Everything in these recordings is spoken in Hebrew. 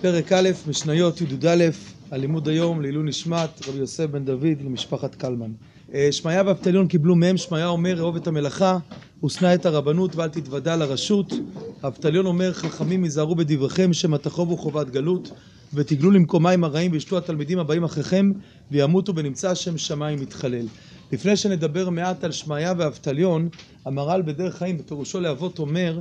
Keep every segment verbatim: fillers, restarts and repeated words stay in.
פרק א', משניות י"א, הלימוד היום לעילוי נשמת רבי יוסף בן דוד למשפחת קלמן. שמעיה ואבטליון קיבלו מהם. שמעיה אומר אהוב את המלאכה ושנא את הרבנות ואל תתוודע לרשות. אבטליון אומר חכמים היזהרו בדבריכם שמא תחובו חובת גלות ותגלו למקומיים הרעים וישתו התלמידים הבאים אחריכם וימותו ונמצא שם שמיים מתחלל. לפני שנדבר מעט על שמעיה ואבטליון, המהר"ל בדרך חיים בפירושו לאבות אומר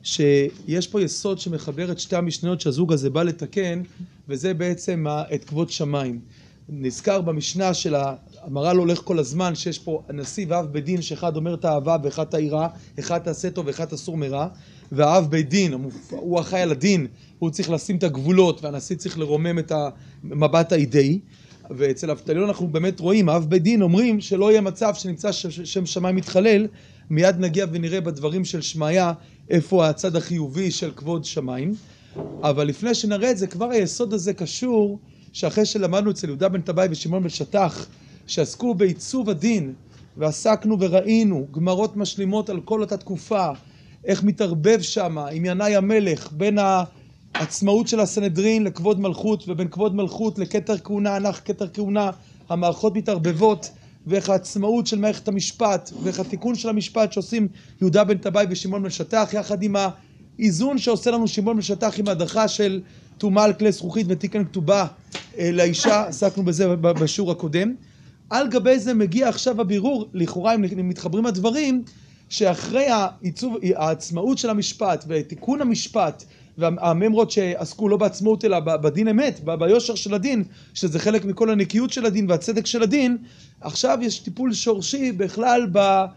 שיש פה יסוד שמחבר את שתי המשניות שהזוג הזה בא לתקן, וזה בעצם את כבוד שמיים. נזכר במשנה של המהר"ל הולך כל הזמן שיש פה נשיא ואב בית דין, שאחד אומר את האהבה ואחד את היראה, אחד תעשה טוב ואחד אסור מרע, והאב בית דין הוא אחראי על הדין, הוא צריך לשים את הגבולות והנשיא צריך לרומם את המבט האידאי. ואצל אבטליון אנחנו באמת רואים, האב בית דין אומרים שלא יהיה מצב שנמצא שם שמיים מתחלל. מיד נגיע ונראה בדברים של שמעיה איפה הצד החיובי של כבוד שמיים. אבל לפני שנראה את זה, כבר היסוד הזה קשור שאחרי שלמדנו אצל יהודה בן טבעי ושמעון בן שטח שעסקו בעיצוב הדין, ועסקנו וראינו גמרות משלימות על כל אותה תקופה, איך מתערבב שם עם ינאי המלך בין העצמאות של הסנהדרין לכבוד מלכות, ובין כבוד מלכות לכתר כהונה, אנך כתר כהונה, המערכות מתערבבות, ואיך העצמאות של מערכת המשפט, ואיך התיקון של המשפט שעושים יהודה בן טבעי ושמעון בן שטח, יחד עם האיזון שעושה לנו שמעון בן שטח עם ההדרכה של טומאה על כלי זכוכית ותיקן כתובה לאישה, עסקנו בזה בשיעור הקודם. על גבי זה מגיע עכשיו הבירור, לכאורה אם מתחברים הדברים, שאחרי העיצוב, העצמאות של המשפט ותיקון המשפט, והממרות שעסקו לא בעצמאות אלא בדין אמת, ביושר של הדין, שזה חלק מכל הנקיות של הדין והצדק של הדין, עכשיו יש טיפול שורשי בכלל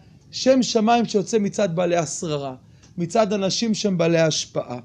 בשם שמיים שיוצא מצד בעלי השררה, מצד אנשים שהם בעלי השפעה.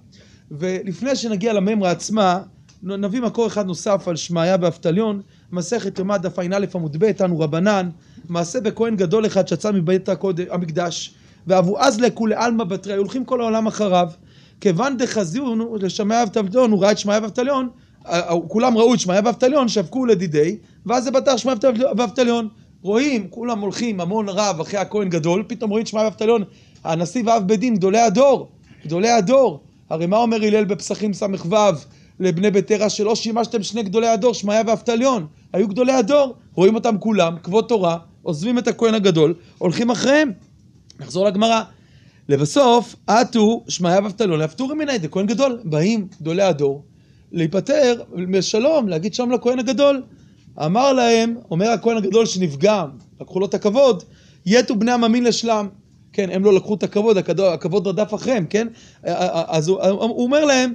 ולפני שנגיע לממרה עצמה, נביא מקור אחד נוסף על שמעיה ואבטליון, מסכת יומא דף ע"א עמוד ב', תנו רבנן, מעשה בכהן גדול אחד שיצא מבית המקדש, ואבו אז לכולי עלמא בתרי, הולכים כל העולם אחריו, כיוון דחזינו לשמעיה ואבטליון, הוא ראה את שמעיה ואבטליון, כולם ראו את שמעיה ואבטליון, שבקו לדידי, ואז זה בטח שמעיה ואבטליון, רואים, כולם הולכים המון רב אחרי הכהן גדול, פתאום רואים את שמעיה ואבטליון, הנשיא ואב בית דין, גדולי הדור, גדולי הדור. הרי מה אומר הלל בפסחים ס"ו לבני בית תרא, שלא שימשתם שני גדולי הדור, שמעיה ואבטליון, היו גדולי הדור, רואים אותם כולם, כבוד תורה, עוזבים את הכהן הגדול, הולכים אחריהם. נחזור לגמרא. לבסוף, עטו שמעיה ואבטליון להפטורים מן הידי, כהן גדול, באים גדולי הדור, להיפטר משלום, להגיד שלום לכהן הגדול. אמר להם, אומר הכהן הגדול שנפגע, לקחו לו את הכבוד, יתו בני הממין לשלם. כן, הם לא לקחו את הכבוד, הכבוד רדף אחריהם, כן? אז הוא, הוא אומר להם,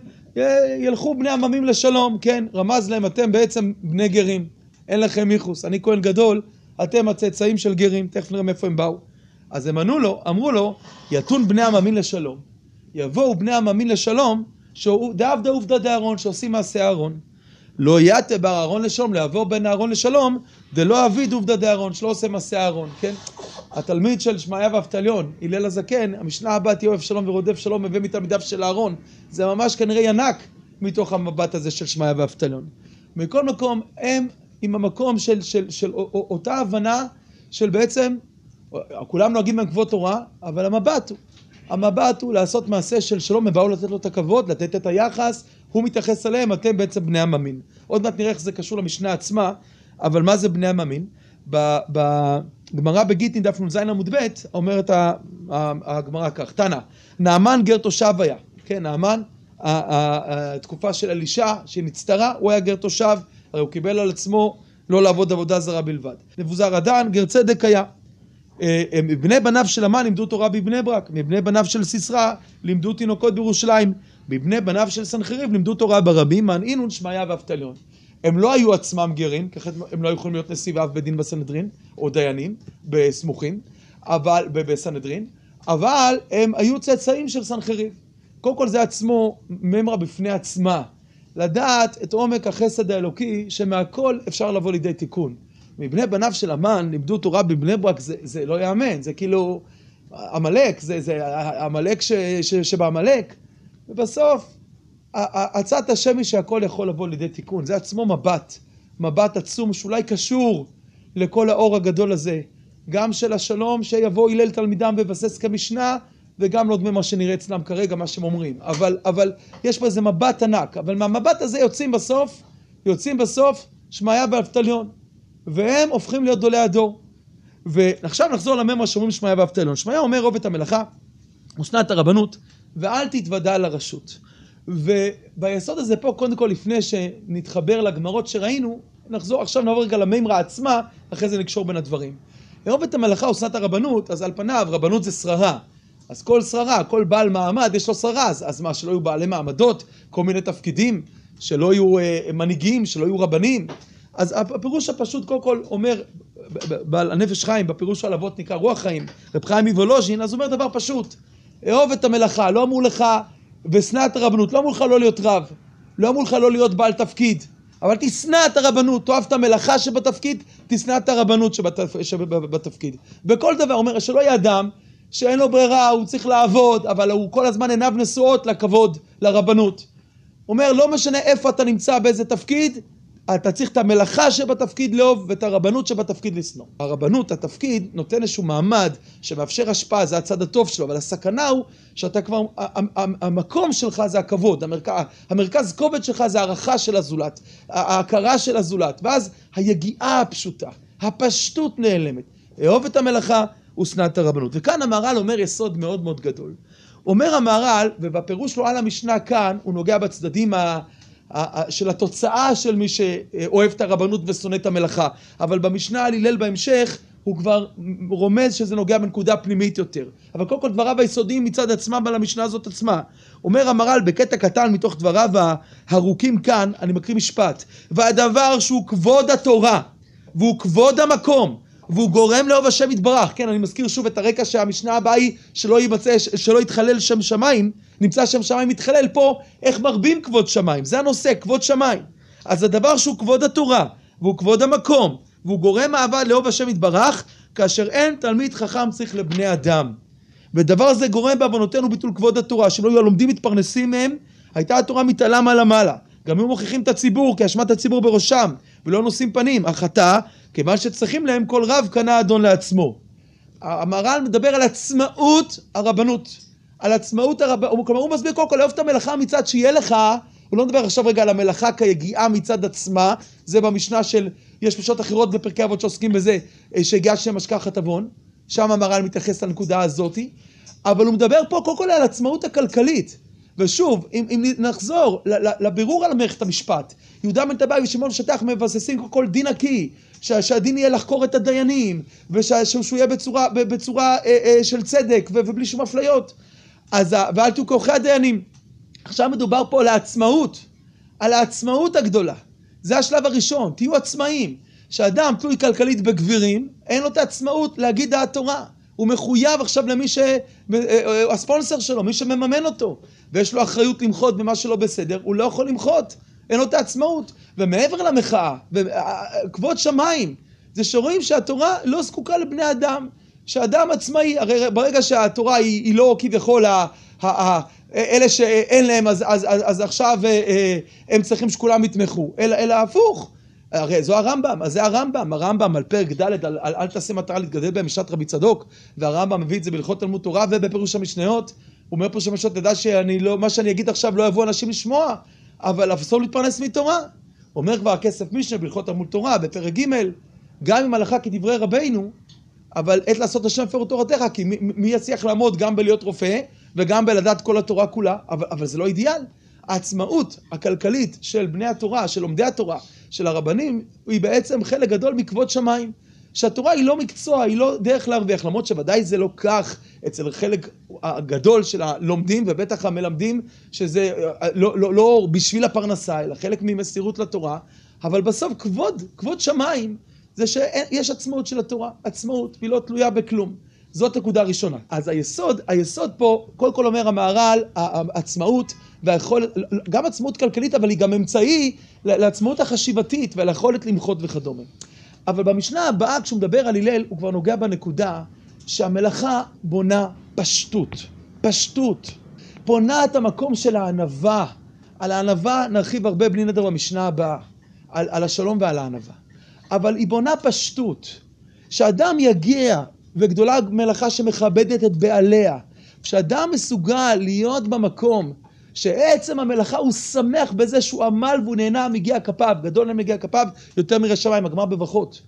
ילכו בני הממים לשלום, כן? רמז להם, אתם בעצם בני גרים, אין לכם ייחוס, אני כהן גדול, אתם הצאצאים של גרים, תכף נראה מאיפה הם באו. אז הם ענו לו, אמרו לו, יתון בני הממין לשלום, יבואו בני הממין לשלום, דעבדא עובדא דאהרון, שעושים מעשה אהרון. לא יתה בר אהרון לשלום, לעבור בין אהרון לשלום, דלא אביד עובדא דאהרון, שלא עושה מעשה אהרון, כן? התלמיד של שמעיה ואבטליון, הלל הזקן, המשנה הבאה תהיה אוהב שלום ורודף שלום, מביא מתלמידיו של אהרון, זה ממש כנראה ינק מתוך המבט הזה של שמעיה ואבטליון. מכל מקום, הם עם המקום של, של, של אותה הבנה של בעצם, כולם נוהגים בהם כבוד תורה, אבל המבט הוא, המבט הוא לעשות מעשה של שלום, הם באו לתת לו את הכבוד, לתת את היחס, הוא מתייחס עליהם, אתם בעצם בני הממין. עוד מעט נראה איך זה קשור למשנה עצמה, אבל מה זה בני הממין? בגמרא בגיטין דף נ"ז עמוד ב' אומרת הגמרא כך, תנא, נעמן גר תושב היה, כן, נעמן, התקופה של אלישע שנצטרה, הוא היה גר תושב, הרי הוא קיבל על עצמו לא לעבוד עבודה זרה בלבד. נבוזראדן גר צדק היה, מבני בניו של המן לימדו תורה בבני ברק, מבני בניו של סיסרא לימדו תינוקות בירושלים, מבני בניו של סנחריב לימדו תורה ברבים, מענינון שמעיה ואבטליון. הם לא היו עצמם גרים, ככה הם לא יכולים להיות נשיא ואב בית דין בסנהדרין, או דיינים, בסמוכים, אבל, בסנהדרין, אבל הם היו צאצאים של סנחריב. קודם כל זה עצמו ממרה בפני עצמה, לדעת את עומק החסד האלוקי, שמהכל אפשר לבוא לידי תיקון. מבני בניו של המן לימדו תורה בבני ברק, זה, זה לא יאמן, זה כאילו עמלק, זה, זה עמלק ש, ש, שבעמלק, ובסוף, הצעת השם היא שהכל יכול לבוא לידי תיקון, זה עצמו מבט, מבט עצום שאולי קשור לכל האור הגדול הזה, גם של השלום שיבוא הלל תלמידם ובסס כמשנה, וגם לא דומה מה שנראה אצלם כרגע, מה שהם אומרים. אבל, אבל יש פה איזה מבט ענק, אבל מהמבט הזה יוצאים בסוף, יוצאים בסוף שמעיה ואבטליון, והם הופכים להיות גדולי הדור. ועכשיו נחזור לממה שאומרים שמעיה ואבטליון. שמעיה אומר רוב את המלאכה, ושנא את הרבנות, ואל תתוודע לרשות. וביסוד הזה פה, קודם כל, לפני שנתחבר לגמרות שראינו, נחזור, עכשיו נעבור רגע למימרה עצמה, אחרי זה נקשור בין הדברים. רוב את המלאכה ושנא את הרבנות, אז על פניו, רבנות זה שררה. אז כל שררה, כל בעל מעמד, יש לו שררה, אז, אז מה, שלא יהיו בעלי מעמדות, כל מיני תפקידים, שלא יהיו אה, מנהיגים, שלא יהיו רבנים. אז הפירוש הפשוט, קודם כל, אומר, בעל הנפש חיים, בפירוש על אבות נקרא רוח חיים, רב חיים מוולוז'ין, אז הוא אומר דבר פשוט, אהוב את המלאכה, לא אמור לך, ושנא את הרבנות, לא אמור לך לא להיות רב, לא אמור לך לא להיות בעל תפקיד, אבל תשנא את הרבנות, תאהב את המלאכה שבתפקיד, תשנא את הרבנות שבתפ... שבתפקיד. בכל דבר, אומר, שלא יהיה אדם, שאין לו ברירה, הוא צריך לעבוד, אבל הוא כל הזמן עיניו נשואות לכבוד, לרבנות. הוא אומר, לא משנה איפה אתה נמצא, באיזה תפקיד, אתה צריך את המלאכה שבתפקיד לאהוב ואת הרבנות שבתפקיד לשנוא. הרבנות, התפקיד, נותן איזשהו מעמד שמאפשר השפעה, זה הצד הטוב שלו, אבל הסכנה הוא שאתה כבר, המקום שלך זה הכבוד, המרכז, המרכז כובד שלך זה הערכה של הזולת, ההכרה של הזולת, ואז היגיעה הפשוטה, הפשטות נעלמת. אהוב את המלאכה ושנא את הרבנות. וכאן המהר"ל אומר יסוד מאוד מאוד גדול. אומר המהר"ל, ובפירוש לו על המשנה כאן, הוא נוגע בצדדים ה... של התוצאה של מי שאוהב את הרבנות ושונא את המלאכה, אבל במשנה על הלל בהמשך הוא כבר רומז שזה נוגע בנקודה פנימית יותר. אבל קודם כל דבריו היסודיים מצד עצמם על המשנה הזאת עצמה. אומר המהר"ל בקטע קטן מתוך דבריו הארוכים כאן, אני מקריא משפט, והדבר שהוא כבוד התורה והוא כבוד המקום והוא גורם לאהוב השם יתברך. כן, אני מזכיר שוב את הרקע שהמשנה הבאה היא שלא יימצא, שלא יתחלל שם שמיים, נמצא שם שמיים מתחלל. פה איך מרבים כבוד שמיים, זה הנושא, כבוד שמיים. אז הדבר שהוא כבוד התורה והוא כבוד המקום והוא גורם אהבה לאהוב השם יתברך, כאשר אין תלמיד חכם צריך לבני אדם. ודבר הזה גורם בעוונותינו ביטול כבוד התורה, שלא יהיו הלומדים מתפרנסים מהם, הייתה התורה מתעלה מעלה מעלה. גם הם מוכיחים את הציבור, כי אשמת הציבור בראשם, ולא נושאים פנים. החטא, כיוון שצריכים להם כל רב קנה אדון לעצמו. המהר"ל מדבר על עצמאות הרבנות, על עצמאות הרבנות, כלומר הוא מסביר קודם כל, לאהוב את המלאכה מצד שיהיה לך, הוא לא מדבר עכשיו רגע על המלאכה כיגיעה מצד עצמה, זה במשנה של, יש משנות אחרות בפרקי אבות שעוסקים בזה, שהגיעה שם משכחת עוון, שם המהר"ל מתייחס לנקודה הזאת, אבל הוא מדבר פה קודם כל על עצמאות הכלכלית. ושוב, אם, אם נחזור לבירור על מערכת המשפט, יהודה בן טבעי ושמעון שטח מבססים כל, כל דין נקי, שה, שהדין יהיה לחקור את הדיינים, ושהוא יהיה בצורה, בצורה אה, אה, של צדק ו, ובלי שום אפליות. אז, ואל תהיו כעורכי הדיינים. עכשיו מדובר פה על העצמאות, על העצמאות הגדולה. זה השלב הראשון, תהיו עצמאים. שאדם תלוי כלכלית בגבירים, אין לו את העצמאות להגיד דעת תורה. הוא מחויב עכשיו למי ש... הספונסר שלו, מי שמממן אותו. ויש לו אחריות למחות במה שלא בסדר, הוא לא יכול למחות. אין לו את העצמאות. ומעבר למחאה, כבוד שמיים, זה שרואים שהתורה לא זקוקה לבני אדם. שאדם עצמאי, הרי ברגע שהתורה היא, היא לא כביכול, ה, ה, ה, אלה שאין להם, אז, אז, אז, אז עכשיו הם צריכים שכולם יתמכו. אלא, אלא הפוך. הרי זו הרמב"ם, אז זה הרמב"ם, הרמב"ם על פרק ד' על, על, על, אל תעשה מטרה להתגדל בהם משנת רבי צדוק, והרמב"ם מביא את זה בהלכות תלמוד תורה ובפירוש המשניות. הוא אומר פה שמשנות, תדע שאני לא, מה שאני אגיד עכשיו לא יבואו אנשים לשמוע, אבל אסור להתפרנס מתורה. הוא אומר כבר הכסף משנה בהלכות תלמוד תורה בפרק ג', גם אם הלכה כדברי רבינו, אבל עת לעשות השם פירות תורתך, כי מי, מי יצליח לעמוד גם בלהיות רופא וגם בלדעת כל התורה כולה, אבל, אבל זה לא אידיאל. העצמאות הכלכלית של בני התורה, של לומדי התורה, של הרבנים, היא בעצם חלק גדול מכבוד שמיים. שהתורה היא לא מקצוע, היא לא דרך להרוויח, למרות שוודאי זה לא כך אצל חלק הגדול של הלומדים ובטח המלמדים, שזה לא, לא, לא בשביל הפרנסה, אלא חלק ממסירות לתורה, אבל בסוף כבוד, כבוד שמיים, זה שיש עצמאות של התורה, עצמאות, והיא לא תלויה בכלום. זאת נקודה ראשונה. אז היסוד, היסוד פה, כל כל אומר המהר"ל, העצמאות והיכולת, גם עצמאות כלכלית, אבל היא גם אמצעי לעצמאות החשיבתית וליכולת למחות וכדומה. אבל במשנה הבאה, כשהוא מדבר על הלל, הוא כבר נוגע בנקודה שהמלאכה בונה פשטות, פשטות, בונה את המקום של הענווה. על הענווה נרחיב הרבה בלי נדר במשנה הבאה, על, על השלום ועל הענווה. אבל היא בונה פשטות, שאדם יגיע, וגדולה מלאכה שמכבדת את בעליה, כשאדם מסוגל להיות במקום שעצם המלאכה הוא שמח בזה שהוא עמל והוא נהנה מגיע כפיו, גדול להם מגיע כפיו יותר מירא שמיים, הגמרא בברכות.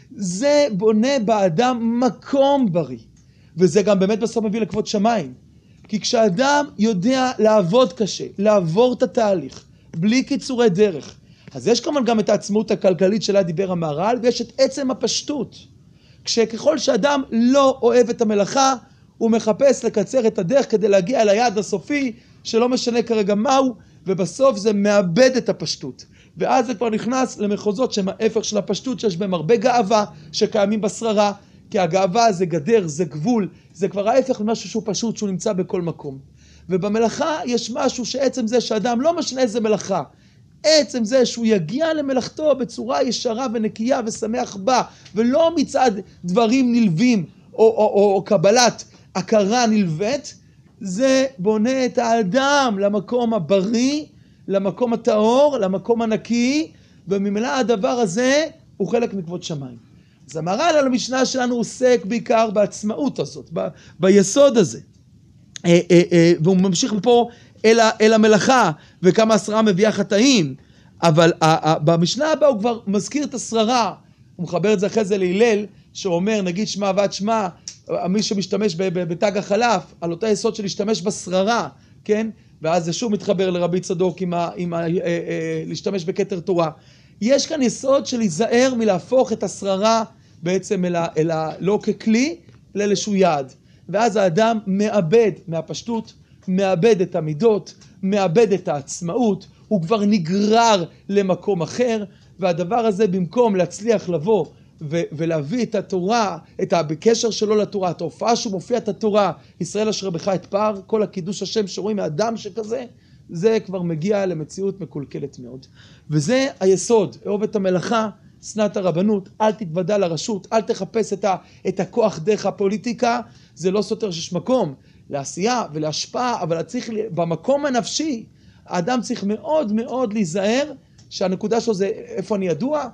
זה בונה באדם מקום בריא, וזה גם באמת בסוף מביא לכבוד שמיים. כי כשאדם יודע לעבוד קשה, לעבור את התהליך, בלי קיצורי דרך, אז יש כמובן גם את העצמאות הכלכלית שלה דיבר המהר"ל, ויש את עצם הפשטות. כשככל שאדם לא אוהב את המלאכה, הוא מחפש לקצר את הדרך כדי להגיע ליעד הסופי, שלא משנה כרגע מהו, ובסוף זה מאבד את הפשטות. ואז זה כבר נכנס למחוזות שהם ההפך של הפשטות, שיש בהם הרבה גאווה שקיימים בשררה, כי הגאווה זה גדר, זה גבול, זה כבר ההפך למשהו שהוא פשוט, שהוא נמצא בכל מקום. ובמלאכה יש משהו שעצם זה שאדם לא משנה איזה מלאכה, עצם זה שהוא יגיע למלאכתו בצורה ישרה ונקייה ושמח בה, ולא מצד דברים נלווים או, או, או, או קבלת הכרה נלווית, זה בונה את האדם למקום הבריא, למקום הטהור, למקום הנקי, וממילא הדבר הזה הוא חלק מכבוד שמיים. אז המהר"ל על המשנה שלנו עוסק בעיקר בעצמאות הזאת, ב, ביסוד הזה. אה, אה, אה, והוא ממשיך מפה אל, אל המלאכה, וכמה השררה מביאה חטאים. אבל אה, אה, במשנה הבאה הוא כבר מזכיר את השררה, הוא מחבר את זה אחרי זה להלל, שאומר נגיד שמע ועד שמע, מי שמשתמש בתג החלף, על אותה יסוד של להשתמש בשררה, כן? ואז זה שוב מתחבר לרבי צדוק עם, ה, עם ה, אה, אה, להשתמש בכתר תורה. יש כאן יסוד של להיזהר מלהפוך את השררה בעצם אל ה, אל ה, לא ככלי, אלא לאיזשהו יעד. ואז האדם מאבד מהפשטות, מאבד את המידות, מאבד את העצמאות, הוא כבר נגרר למקום אחר, והדבר הזה במקום להצליח לבוא ו- ולהביא את התורה, את הבקשר שלו לתורה, את ההופעה שהוא מופיע את התורה, ישראל אשר בך אתפאר, כל הקידוש השם שרואים מאדם שכזה, זה כבר מגיע למציאות מקולקלת מאוד. וזה היסוד, אהוב את המלאכה, שנא את הרבנות, אל תתוודע לרשות, אל תחפש את, ה- את הכוח דרך הפוליטיקה, זה לא סותר שיש מקום לעשייה ולהשפעה, אבל צריך, במקום הנפשי, האדם צריך מאוד מאוד להיזהר, שהנקודה שלו זה איפה אני ידוע,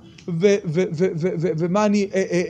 ומה אני,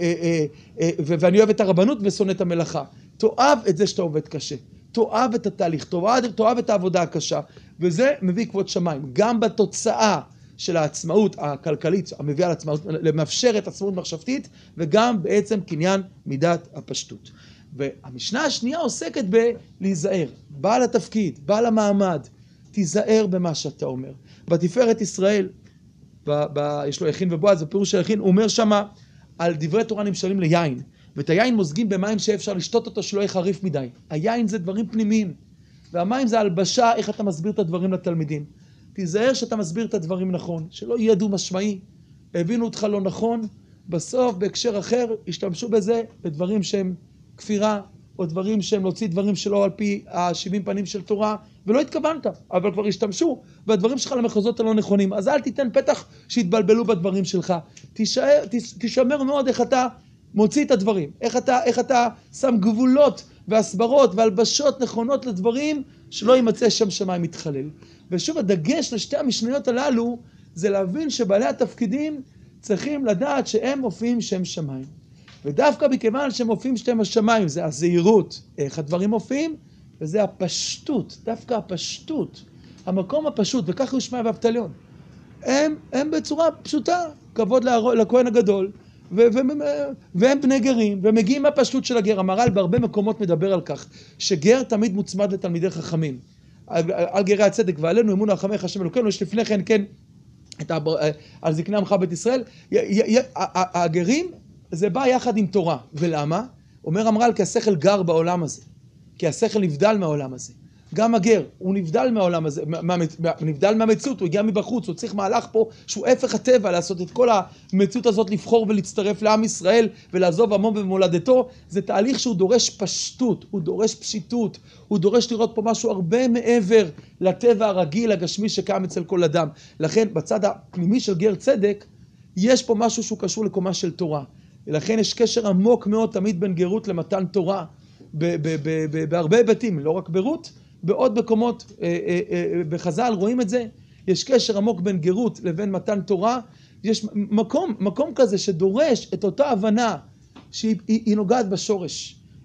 ואני אוהב את הרבנות ושונא את המלאכה. תאהב את זה שאתה עובד קשה, תאהב את התהליך, תאהב את העבודה הקשה, וזה מביא כבוד שמיים. גם בתוצאה של העצמאות הכלכלית, המביאה לעצמאות, למאפשרת עצמאות מחשבתית, וגם בעצם קניין מידת הפשטות. והמשנה השנייה עוסקת בלהיזהר, בעל התפקיד, בעל המעמד, תיזהר במה שאתה אומר. בתפארת ישראל, ב, ב, יש לו יכין ובועז, בפירוש של יכין, הוא אומר שמה, על דברי תורה נמשלים ליין, ואת היין מוזגים במים שאפשר לשתות אותו שלא יהיה חריף מדי. היין זה דברים פנימיים, והמים זה הלבשה, איך אתה מסביר את הדברים לתלמידים. תיזהר שאתה מסביר את הדברים נכון, שלא ידעו משמעי, הבינו אותך לא נכון, בסוף בהקשר אחר השתמשו בזה בדברים שהם כפירה, או דברים שהם להוציא דברים שלא על פי השבעים פנים של תורה, ולא התכוונת, אבל כבר השתמשו, והדברים שלך למחוזות הלא נכונים. אז אל תיתן פתח שיתבלבלו בדברים שלך. תישאר, תשמר מאוד איך אתה מוציא את הדברים, איך אתה, איך אתה שם גבולות והסברות והלבשות נכונות לדברים, שלא יימצא שם שמיים מתחלל. ושוב, הדגש לשתי המשניות הללו, זה להבין שבעלי התפקידים צריכים לדעת שהם מופיעים שם שמיים. ודווקא מכיוון שהם מופיעים שתם השמיים, זה הזהירות, איך הדברים מופיעים, וזה הפשטות, דווקא הפשטות, המקום הפשוט, וכך הוא שמעיה ואבטליון. הם, הם בצורה פשוטה, כבוד לכהן הגדול, ו- ו- והם בני גרים, ומגיעים מהפשטות של הגר. המהר"ל בהרבה מקומות מדבר על כך, שגר תמיד מוצמד לתלמידי חכמים. על, על גרי הצדק ועלינו, אמונה חכמך השם אלוקינו, יש לפני כן, כן, את ה- על זקני עמך בית ישראל, י- י- י- הגרים, זה בא יחד עם תורה. ולמה? אומר המהר"ל, כי השכל גר בעולם הזה. כי השכל נבדל מהעולם הזה. גם הגר, הוא נבדל מהעולם הזה, מה, נבדל מהמציאות, הוא הגיע מבחוץ, הוא צריך מהלך פה שהוא הפך הטבע, לעשות את כל המציאות הזאת, לבחור ולהצטרף לעם ישראל, ולעזוב עמו במולדתו. זה תהליך שהוא דורש פשטות, הוא דורש פשיטות, הוא דורש לראות פה משהו הרבה מעבר לטבע הרגיל, הגשמי שקיים אצל כל אדם. לכן, בצד הפנימי של גר צדק, יש פה משהו שהוא קשור לקומה של תורה. ולכן יש קשר עמוק מאוד תמיד בין גרות למתן תורה, בהרבה היבטים, לא רק ברות, בעוד מקומות בחז"ל רואים את זה, יש קשר עמוק בין גרות לבין מתן תורה, יש מקום, מקום כזה שדורש את אותה הבנה שהיא היא נוגעת בשורש,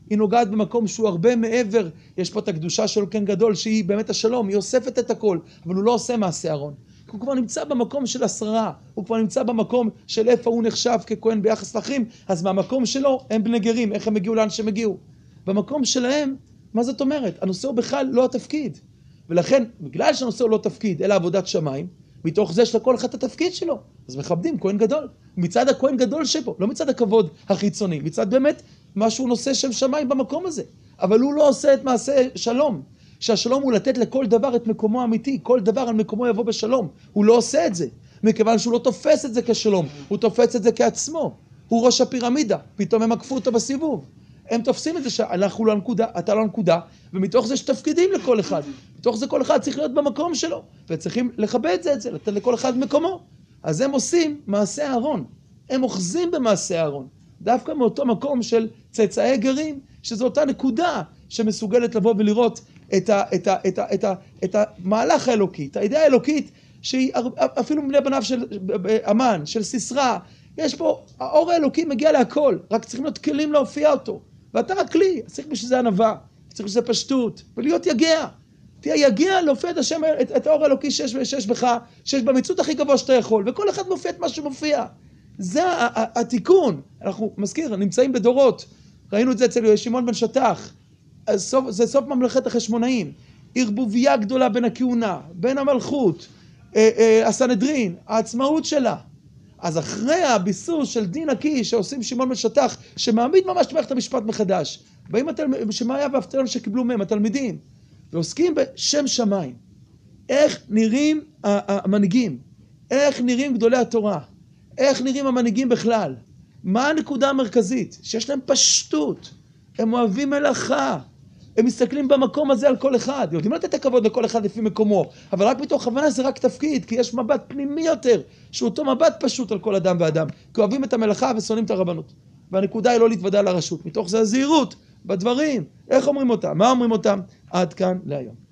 היא נוגעת במקום שהוא הרבה מעבר. יש פה את הקדושה של כן גדול, שהיא באמת השלום, היא אוספת את הכל, אבל הוא לא עושה מעשה אהרון. הוא כבר נמצא במקום של השררה, הוא כבר נמצא במקום של איפה הוא נחשב ככהן ביחס לאחרים, אז מהמקום שלו הם בני גרים, איך הם הגיעו לאן שהם הגיעו. במקום שלהם, מה זאת אומרת? הנושא הוא בכלל לא התפקיד. ולכן, בגלל שהנושא הוא לא תפקיד, אלא עבודת שמיים, מתוך זה יש לכל אחד את התפקיד שלו. אז מכבדים כהן גדול. מצד הכהן גדול שבו, לא מצד הכבוד החיצוני, מצד באמת משהו נושא שם שמיים במקום הזה. אבל הוא לא עושה את מעשה שלום. שהשלום הוא לתת לכל דבר את מקומו האמיתי, כל דבר על מקומו יבוא בשלום. הוא לא עושה את זה, מכיוון שהוא לא תופס את זה כשלום, הוא תופס את זה כעצמו. הוא ראש הפירמידה, פתאום הם עקפו אותו בסיבוב. הם תופסים את זה שאנחנו לא הנקודה, אתה לא הנקודה, ומתוך זה יש תפקידים לכל אחד. מתוך זה כל אחד צריך להיות במקום שלו, וצריכים לכבד זה את זה, לתת לכל אחד מקומו. אז הם עושים מעשה אהרון, הם אוחזים במעשה אהרון, דווקא מאותו מקום של צאצאי גרים, שזו אותה נקודה שמסוגלת לבוא ולראות את, ה, את, ה, את, ה, את, ה, את המהלך האלוקי, את האידאה האלוקית, שהיא אפילו מבני בניו של אמן, של סיסרא, יש פה, האור האלוקי מגיע להכל, רק צריכים להיות כלים להופיע אותו. ואתה רק כלי, צריך בשביל זה ענווה, צריך בשביל זה פשטות, ולהיות יגיע. תהיה יגיע להופיע את השם, את, את האור האלוקי שיש, שיש בך, שיש במציאות הכי גבוה שאתה יכול, וכל אחד מופיע את מה שמופיע. זה התיקון. אנחנו, מזכיר, נמצאים בדורות, ראינו את זה אצל שמעון בן שטח, סוף, זה סוף ממלכת החשמונאים, ערבוביה גדולה בין הכהונה, בין המלכות, אה, אה, הסנהדרין, העצמאות שלה. אז אחרי הביסוס של דין נקי שעושים שמעון בן שטח, שמעמיד ממש מערכת המשפט מחדש, באים התל... שמעיה ואבטליון שקיבלו מהם, התלמידים, ועוסקים בשם שמיים. איך נראים המנהיגים? איך נראים גדולי התורה? איך נראים המנהיגים בכלל? מה הנקודה המרכזית? שיש להם פשטות, הם אוהבים מלאכה, הם מסתכלים במקום הזה על כל אחד, יודעים לתת הכבוד לכל אחד לפי מקומו, אבל רק מתוך הבנה זה רק תפקיד, כי יש מבט פנימי יותר, שהוא אותו מבט פשוט על כל אדם ואדם, כי אוהבים את המלאכה ושונאים את הרבנות. והנקודה היא לא להתוודע לרשות, מתוך זה הזהירות בדברים, איך אומרים אותם, מה אומרים אותם, עד כאן להיום.